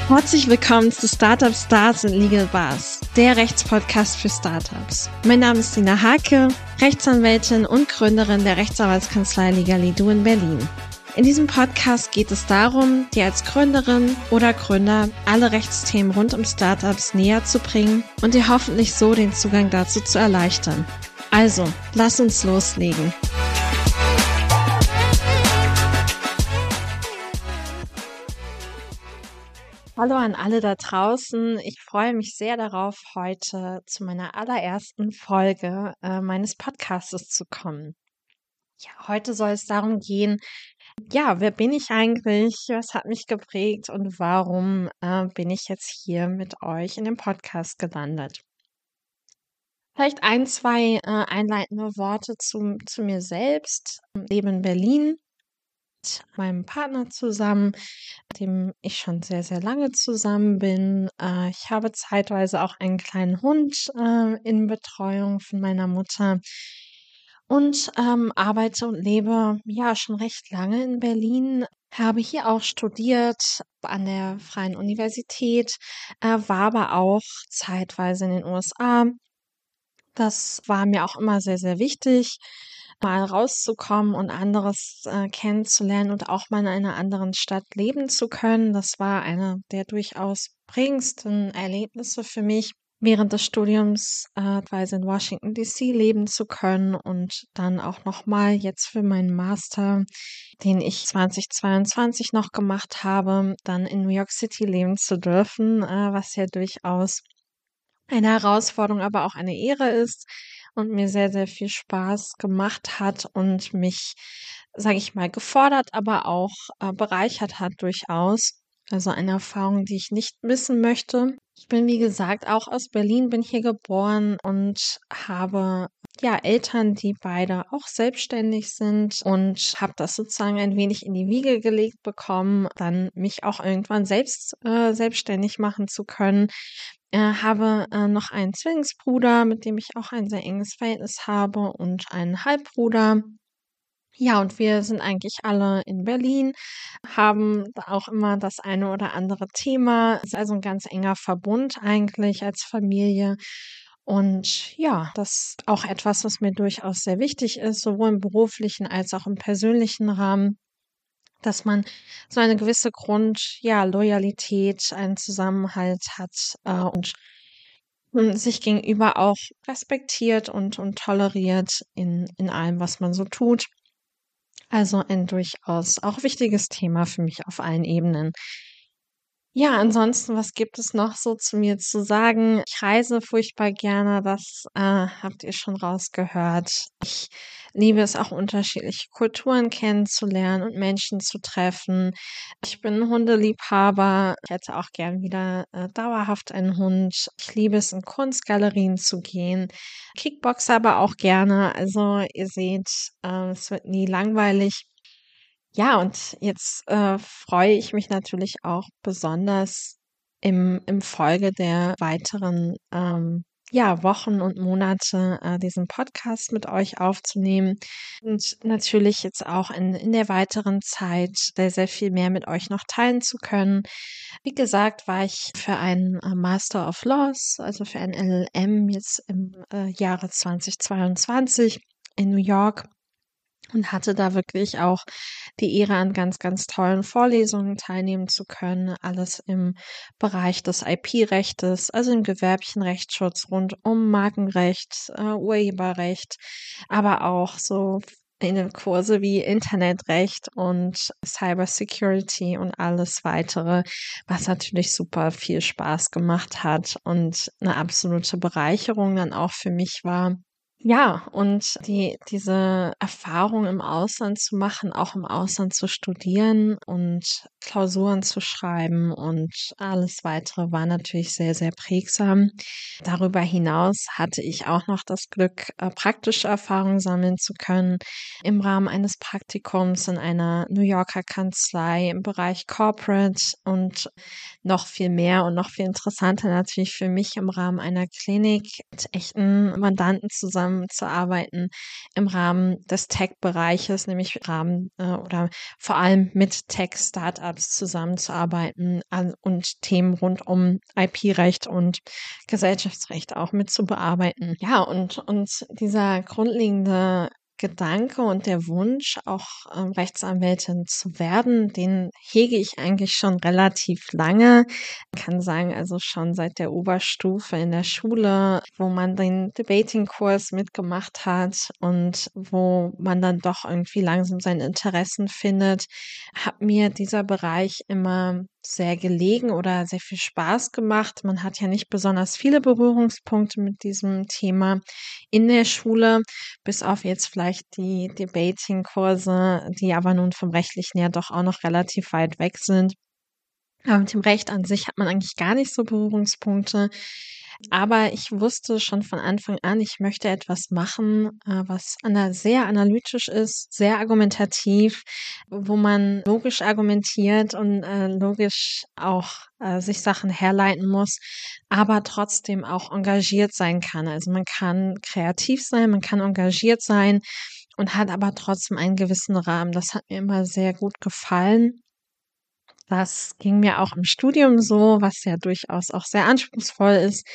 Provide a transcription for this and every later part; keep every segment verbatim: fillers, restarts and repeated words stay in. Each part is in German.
Herzlich willkommen zu Startup Stars und Legal Bars, der Rechtspodcast für Startups. Mein Name ist Dina Hake, Rechtsanwältin und Gründerin der Rechtsanwaltskanzlei Legalido in Berlin. In diesem Podcast geht es darum, dir als Gründerin oder Gründer alle Rechtsthemen rund um Startups näher zu bringen und dir hoffentlich so den Zugang dazu zu erleichtern. Also, lass uns loslegen. Hallo an alle da draußen. Ich freue mich sehr darauf, heute zu meiner allerersten Folge äh, meines Podcastes zu kommen. Ja, heute soll es darum gehen, ja, wer bin ich eigentlich? Was hat mich geprägt und warum äh, bin ich jetzt hier mit euch in dem Podcast gelandet? Vielleicht ein, zwei äh, einleitende Worte zu, zu mir selbst. Ich lebe in Berlin mit meinem Partner zusammen, mit dem ich schon sehr, sehr lange zusammen bin. Äh, ich habe zeitweise auch einen kleinen Hund äh, in Betreuung von meiner Mutter und ähm, arbeite und lebe ja schon recht lange in Berlin. Habe hier auch studiert an der Freien Universität, äh, war aber auch zeitweise in den U S A. Das war mir auch immer sehr, sehr wichtig, mal rauszukommen und anderes äh, kennenzulernen und auch mal in einer anderen Stadt leben zu können. Das war eine der durchaus prägendsten Erlebnisse für mich, während des Studiums äh, weise in Washington D C leben zu können und dann auch noch mal jetzt für meinen Master, den ich zweitausendzweiundzwanzig noch gemacht habe, dann in New York City leben zu dürfen, äh, was ja durchaus eine Herausforderung, aber auch eine Ehre ist und mir sehr, sehr viel Spaß gemacht hat und mich, sage ich mal, gefordert, aber auch äh, bereichert hat durchaus. Also eine Erfahrung, die ich nicht missen möchte. Ich bin, wie gesagt, auch aus Berlin, bin hier geboren und habe ja Eltern, die beide auch selbstständig sind und habe das sozusagen ein wenig in die Wiege gelegt bekommen, dann mich auch irgendwann selbst äh, selbstständig machen zu können. Äh, habe äh, noch einen Zwillingsbruder, mit dem ich auch ein sehr enges Verhältnis habe und einen Halbbruder. Ja, und wir sind eigentlich alle in Berlin, haben auch immer das eine oder andere Thema. Es ist also ein ganz enger Verbund eigentlich als Familie. Und ja, das ist auch etwas, was mir durchaus sehr wichtig ist, sowohl im beruflichen als auch im persönlichen Rahmen, dass man so eine gewisse Grund ja, Loyalität, einen Zusammenhalt hat, äh, und hm, sich gegenüber auch respektiert und und toleriert in in allem, was man so tut. Also ein durchaus auch wichtiges Thema für mich auf allen Ebenen. Ja, ansonsten, was gibt es noch so zu mir zu sagen? Ich reise furchtbar gerne, das, äh, habt ihr schon rausgehört. Ich liebe es auch, unterschiedliche Kulturen kennenzulernen und Menschen zu treffen. Ich bin Hundeliebhaber. Ich hätte auch gern wieder, äh, dauerhaft einen Hund. Ich liebe es, in Kunstgalerien zu gehen, kickboxe aber auch gerne. Also, ihr seht, äh, es wird nie langweilig. Ja, und jetzt, äh, freue ich mich natürlich auch besonders im im Folge der weiteren, ähm, ja, Wochen und Monate, äh, diesen Podcast mit euch aufzunehmen und natürlich jetzt auch in in der weiteren Zeit sehr, sehr viel mehr mit euch noch teilen zu können. Wie gesagt, war ich für einen, äh, Master of Laws, also für ein L L M jetzt im, äh, Jahre zweitausendzweiundzwanzig in New York und hatte da wirklich auch die Ehre, an ganz, ganz tollen Vorlesungen teilnehmen zu können. Alles im Bereich des I P-Rechtes, also im gewerblichen Rechtsschutz rund um Markenrecht, äh, Urheberrecht, aber auch so in den Kurse wie Internetrecht und Cybersecurity und alles weitere, was natürlich super viel Spaß gemacht hat und eine absolute Bereicherung dann auch für mich war. Ja, und die diese Erfahrung im Ausland zu machen, auch im Ausland zu studieren und Klausuren zu schreiben und alles Weitere war natürlich sehr, sehr prägsam. Darüber hinaus hatte ich auch noch das Glück, äh, praktische Erfahrungen sammeln zu können im Rahmen eines Praktikums in einer New Yorker Kanzlei im Bereich Corporate und noch viel mehr und noch viel interessanter natürlich für mich im Rahmen einer Klinik mit echten Mandanten zusammenzuarbeiten im Rahmen des Tech-Bereiches, nämlich im Rahmen äh, oder vor allem mit Tech-Startups Startups zusammenzuarbeiten an und Themen rund um I P-Recht und Gesellschaftsrecht auch mit zu bearbeiten. Ja, und und dieser grundlegende Gedanke und der Wunsch, auch, ähm, Rechtsanwältin zu werden, den hege ich eigentlich schon relativ lange. Kann sagen, also schon seit der Oberstufe in der Schule, wo man den Debating-Kurs mitgemacht hat und wo man dann doch irgendwie langsam seine Interessen findet, hat mir dieser Bereich immer sehr gelegen oder sehr viel Spaß gemacht. Man hat ja nicht besonders viele Berührungspunkte mit diesem Thema in der Schule, bis auf jetzt vielleicht die Debating-Kurse, die aber nun vom Rechtlichen ja doch auch noch relativ weit weg sind. Aber mit dem Recht an sich hat man eigentlich gar nicht so Berührungspunkte. Aber ich wusste schon von Anfang an, ich möchte etwas machen, äh, was ana sehr analytisch ist, sehr argumentativ, wo man logisch argumentiert und äh, logisch auch äh, sich Sachen herleiten muss, aber trotzdem auch engagiert sein kann. Also man kann kreativ sein, man kann engagiert sein und hat aber trotzdem einen gewissen Rahmen. Das hat mir immer sehr gut gefallen. Das ging mir auch im Studium so, was ja durchaus auch sehr anspruchsvoll ist.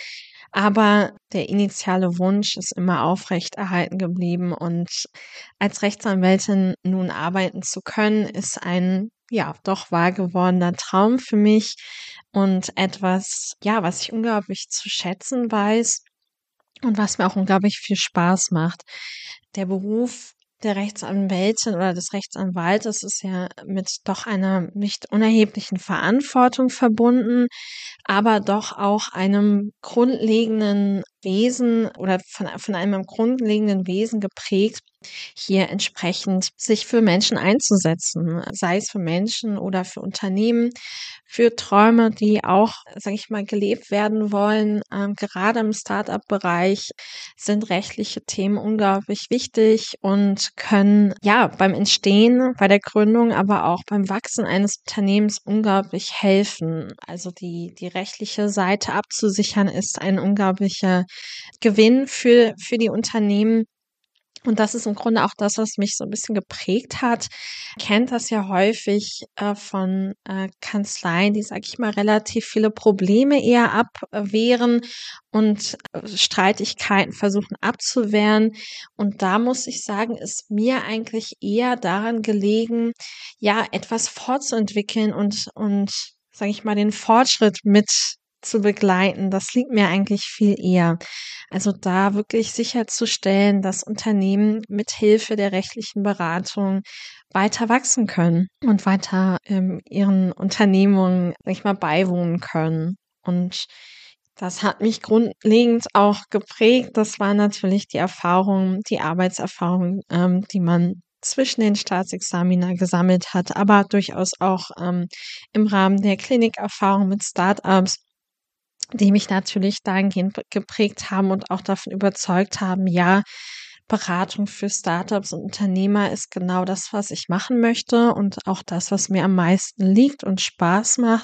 Aber der initiale Wunsch ist immer aufrechterhalten geblieben. Und als Rechtsanwältin nun arbeiten zu können, ist ein, ja, doch wahr gewordener Traum für mich und etwas, ja, was ich unglaublich zu schätzen weiß und was mir auch unglaublich viel Spaß macht. Der Beruf der Rechtsanwältin oder des Rechtsanwaltes ist ja mit doch einer nicht unerheblichen Verantwortung verbunden, aber doch auch einem grundlegenden Wesen oder von, von einem grundlegenden Wesen geprägt, hier entsprechend sich für Menschen einzusetzen, sei es für Menschen oder für Unternehmen, für Träume, die auch, sage ich mal, gelebt werden wollen. Ähm, gerade im Start-up-Bereich sind rechtliche Themen unglaublich wichtig und können ja beim Entstehen, bei der Gründung, aber auch beim Wachsen eines Unternehmens unglaublich helfen. Also die, die rechtliche Seite abzusichern ist ein unglaublicher Gewinn für, für die Unternehmen. Und das ist im Grunde auch das, was mich so ein bisschen geprägt hat. Kennt das ja häufig äh, von äh, Kanzleien, die, sage ich mal, relativ viele Probleme eher abwehren und äh, Streitigkeiten versuchen abzuwehren. Und da muss ich sagen, ist mir eigentlich eher daran gelegen, ja, etwas fortzuentwickeln und und sage ich mal, den Fortschritt mit zu begleiten. Das liegt mir eigentlich viel eher. Also da wirklich sicherzustellen, dass Unternehmen mit Hilfe der rechtlichen Beratung weiter wachsen können und weiter ähm, ihren Unternehmungen, sag ich mal, beiwohnen können. Und das hat mich grundlegend auch geprägt. Das war natürlich die Erfahrung, die Arbeitserfahrung, ähm, die man zwischen den Staatsexamina gesammelt hat, aber durchaus auch ähm, im Rahmen der Klinikerfahrung mit Startups, die mich natürlich dahingehend geprägt haben und auch davon überzeugt haben, ja, Beratung für Startups und Unternehmer ist genau das, was ich machen möchte und auch das, was mir am meisten liegt und Spaß macht.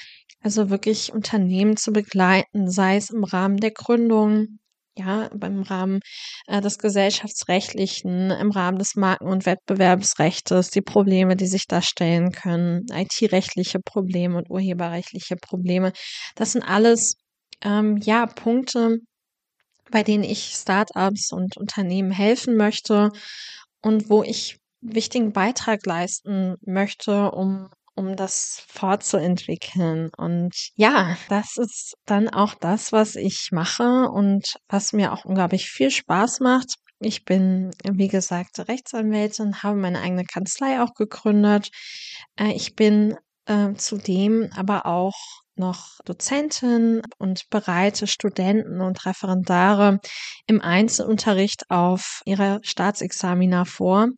Also wirklich Unternehmen zu begleiten, sei es im Rahmen der Gründung, ja, beim Rahmen äh, des Gesellschaftsrechtlichen, im Rahmen des Marken- und Wettbewerbsrechts, die Probleme, die sich da stellen können, I T-rechtliche Probleme und urheberrechtliche Probleme. Das sind alles ähm, ja Punkte, bei denen ich Startups und Unternehmen helfen möchte und wo ich wichtigen Beitrag leisten möchte, um um das fortzuentwickeln. Und ja, das ist dann auch das, was ich mache und was mir auch unglaublich viel Spaß macht. Ich bin, wie gesagt, Rechtsanwältin, habe meine eigene Kanzlei auch gegründet. Äh, ich bin äh, zudem aber auch noch Dozentin und bereite Studenten und Referendare im Einzelunterricht auf ihre Staatsexamina vor.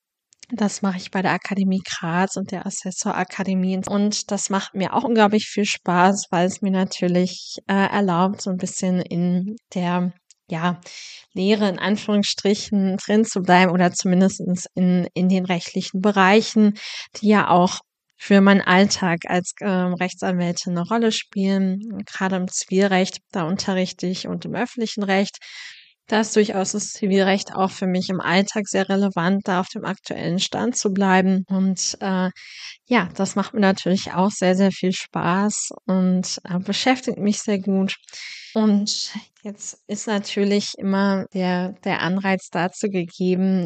Das mache ich bei der Akademie Graz und der Assessorakademie. Und das macht mir auch unglaublich viel Spaß, weil es mir natürlich äh, erlaubt, so ein bisschen in der ja, Lehre in Anführungsstrichen drin zu bleiben oder zumindestens in, in den rechtlichen Bereichen, die ja auch für meinen Alltag als ähm, Rechtsanwältin eine Rolle spielen. Gerade im Zivilrecht, da unterrichte ich und im öffentlichen Recht. Da ist durchaus das Zivilrecht auch für mich im Alltag sehr relevant, da auf dem aktuellen Stand zu bleiben. Und äh, ja, das macht mir natürlich auch sehr, sehr viel Spaß und äh, beschäftigt mich sehr gut. Und jetzt ist natürlich immer der, der Anreiz dazu gegeben,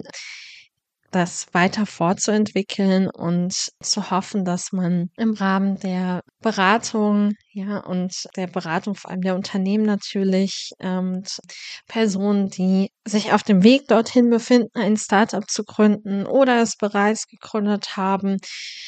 das weiter fortzuentwickeln und zu hoffen, dass man im Rahmen der Beratung, ja, und der Beratung vor allem der Unternehmen natürlich, ähm, und Personen, die sich auf dem Weg dorthin befinden, ein Startup zu gründen oder es bereits gegründet haben,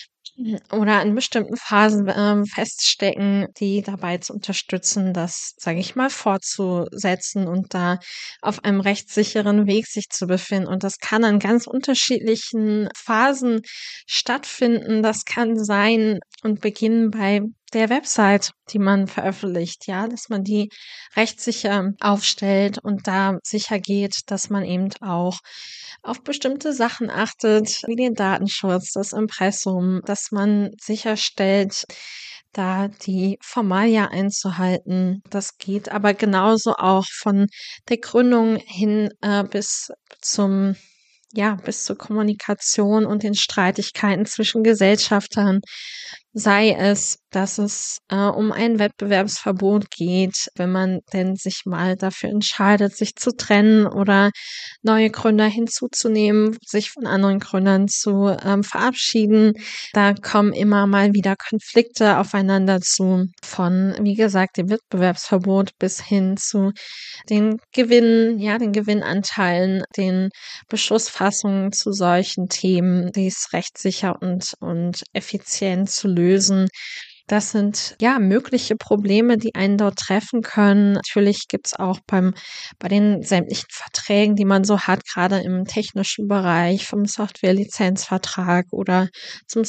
oder in bestimmten Phasen ähm, feststecken, die dabei zu unterstützen, das, sage ich mal, fortzusetzen und da auf einem rechtssicheren Weg sich zu befinden. Und das kann an ganz unterschiedlichen Phasen stattfinden. Das kann sein und beginnen bei der Website, die man veröffentlicht, ja, dass man die rechtssicher aufstellt und da sicher geht, dass man eben auch auf bestimmte Sachen achtet, wie den Datenschutz, das Impressum, dass man sicherstellt, da die Formalia einzuhalten. Das geht aber genauso auch von der Gründung hin äh, bis zum ja, bis zur Kommunikation und den Streitigkeiten zwischen Gesellschaftern, sei es, dass es äh, um ein Wettbewerbsverbot geht, wenn man denn sich mal dafür entscheidet, sich zu trennen oder neue Gründer hinzuzunehmen, sich von anderen Gründern zu ähm, verabschieden. Da kommen immer mal wieder Konflikte aufeinander zu, von, wie gesagt, dem Wettbewerbsverbot bis hin zu den Gewinnen, ja, den Gewinnanteilen, den Beschlussfassungen zu solchen Themen, dies rechtssicher und, und effizient zu lösen. Das sind ja mögliche Probleme, die einen dort treffen können. Natürlich gibt's auch beim bei den sämtlichen Verträgen, die man so hat, gerade im technischen Bereich, vom Software-Lizenzvertrag oder zum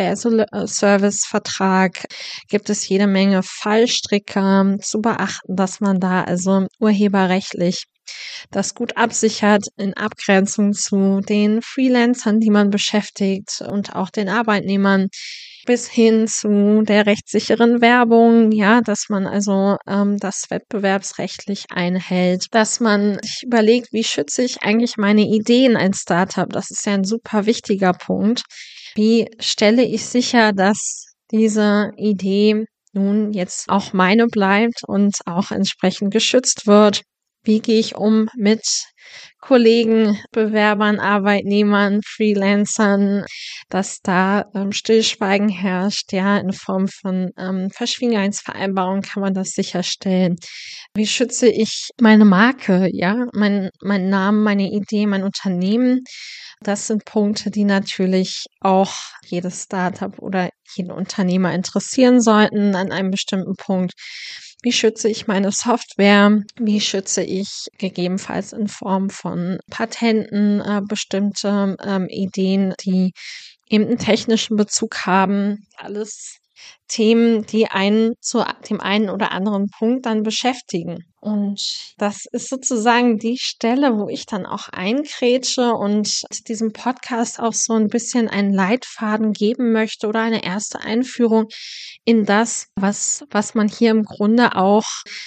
Software-as-a-Service-Vertrag, gibt es jede Menge Fallstricke zu beachten, dass man da also urheberrechtlich das gut absichert in Abgrenzung zu den Freelancern, die man beschäftigt und auch den Arbeitnehmern bis hin zu der rechtssicheren Werbung, ja, dass man also ähm, das wettbewerbsrechtlich einhält, dass man sich überlegt, wie schütze ich eigentlich meine Ideen als Startup? Das ist ja ein super wichtiger Punkt. Wie stelle ich sicher, dass diese Idee nun jetzt auch meine bleibt und auch entsprechend geschützt wird? Wie gehe ich um mit Kollegen, Bewerbern, Arbeitnehmern, Freelancern, dass da ähm, Stillschweigen herrscht, ja, in Form von ähm, Verschwiegenheitsvereinbarungen kann man das sicherstellen. Wie schütze ich meine Marke, ja, mein, mein Namen, meine Idee, mein Unternehmen? Das sind Punkte, die natürlich auch jedes Startup oder jeden Unternehmer interessieren sollten an einem bestimmten Punkt. Wie schütze ich meine Software? Wie schütze ich gegebenenfalls in Form von Patenten äh, bestimmte ähm, Ideen, die eben einen technischen Bezug haben? Alles Themen, die einen zu dem einen oder anderen Punkt dann beschäftigen. Und das ist sozusagen die Stelle, wo ich dann auch einkrätsche und diesem Podcast auch so ein bisschen einen Leitfaden geben möchte oder eine erste Einführung in das, was, was man hier im Grunde auch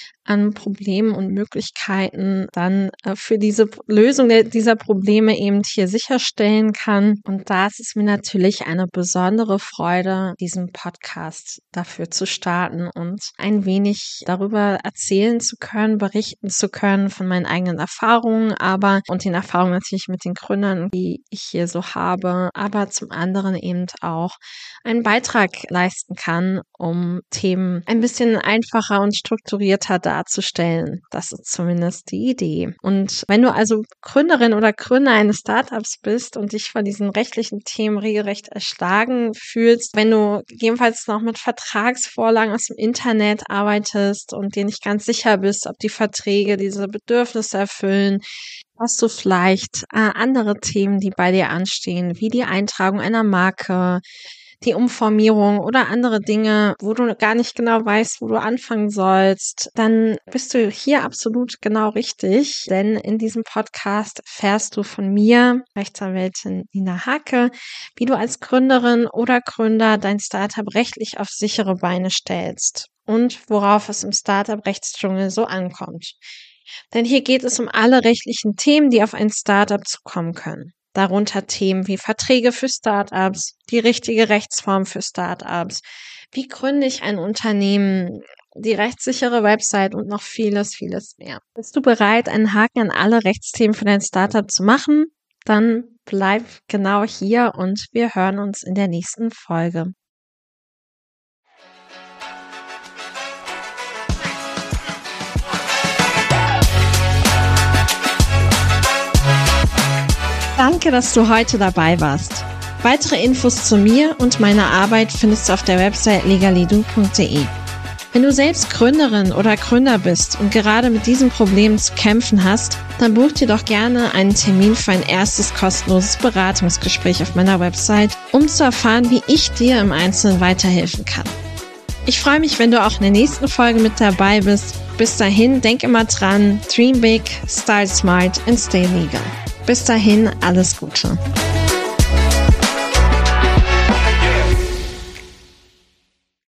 an Problemen und Möglichkeiten dann äh, für diese Lösung der, dieser Probleme eben hier sicherstellen kann. Und da ist es mir natürlich eine besondere Freude, diesen Podcast dafür zu starten und ein wenig darüber erzählen zu können, berichten zu können von meinen eigenen Erfahrungen, aber und den Erfahrungen natürlich mit den Gründern, die ich hier so habe, aber zum anderen eben auch einen Beitrag leisten kann, um Themen ein bisschen einfacher und strukturierter darzustellen. Das ist zumindest die Idee. Und wenn du also Gründerin oder Gründer eines Startups bist und dich von diesen rechtlichen Themen regelrecht erschlagen fühlst, wenn du gegebenenfalls noch mit Vertragsvorlagen aus dem Internet arbeitest und dir nicht ganz sicher bist, ob die Verträge diese Bedürfnisse erfüllen, hast du vielleicht äh, andere Themen, die bei dir anstehen, wie die Eintragung einer Marke, die Umformierung oder andere Dinge, wo du gar nicht genau weißt, wo du anfangen sollst, dann bist du hier absolut genau richtig. Denn in diesem Podcast erfährst du von mir, Rechtsanwältin Nina Hake, wie du als Gründerin oder Gründer dein Startup rechtlich auf sichere Beine stellst und worauf es im Startup-Rechtsdschungel so ankommt. Denn hier geht es um alle rechtlichen Themen, die auf ein Startup zukommen können. Darunter Themen wie Verträge für Startups, die richtige Rechtsform für Startups, wie gründe ich ein Unternehmen, die rechtssichere Website und noch vieles, vieles mehr. Bist du bereit, einen Haken an alle Rechtsthemen für dein Startup zu machen? Dann bleib genau hier und wir hören uns in der nächsten Folge. Danke, dass du heute dabei warst. Weitere Infos zu mir und meiner Arbeit findest du auf der Website legalidu punkt de. Wenn du selbst Gründerin oder Gründer bist und gerade mit diesem Problem zu kämpfen hast, dann buch dir doch gerne einen Termin für ein erstes kostenloses Beratungsgespräch auf meiner Website, um zu erfahren, wie ich dir im Einzelnen weiterhelfen kann. Ich freue mich, wenn du auch in der nächsten Folge mit dabei bist. Bis dahin, denk immer dran, dream big, style smart and stay legal. Bis dahin, alles Gute.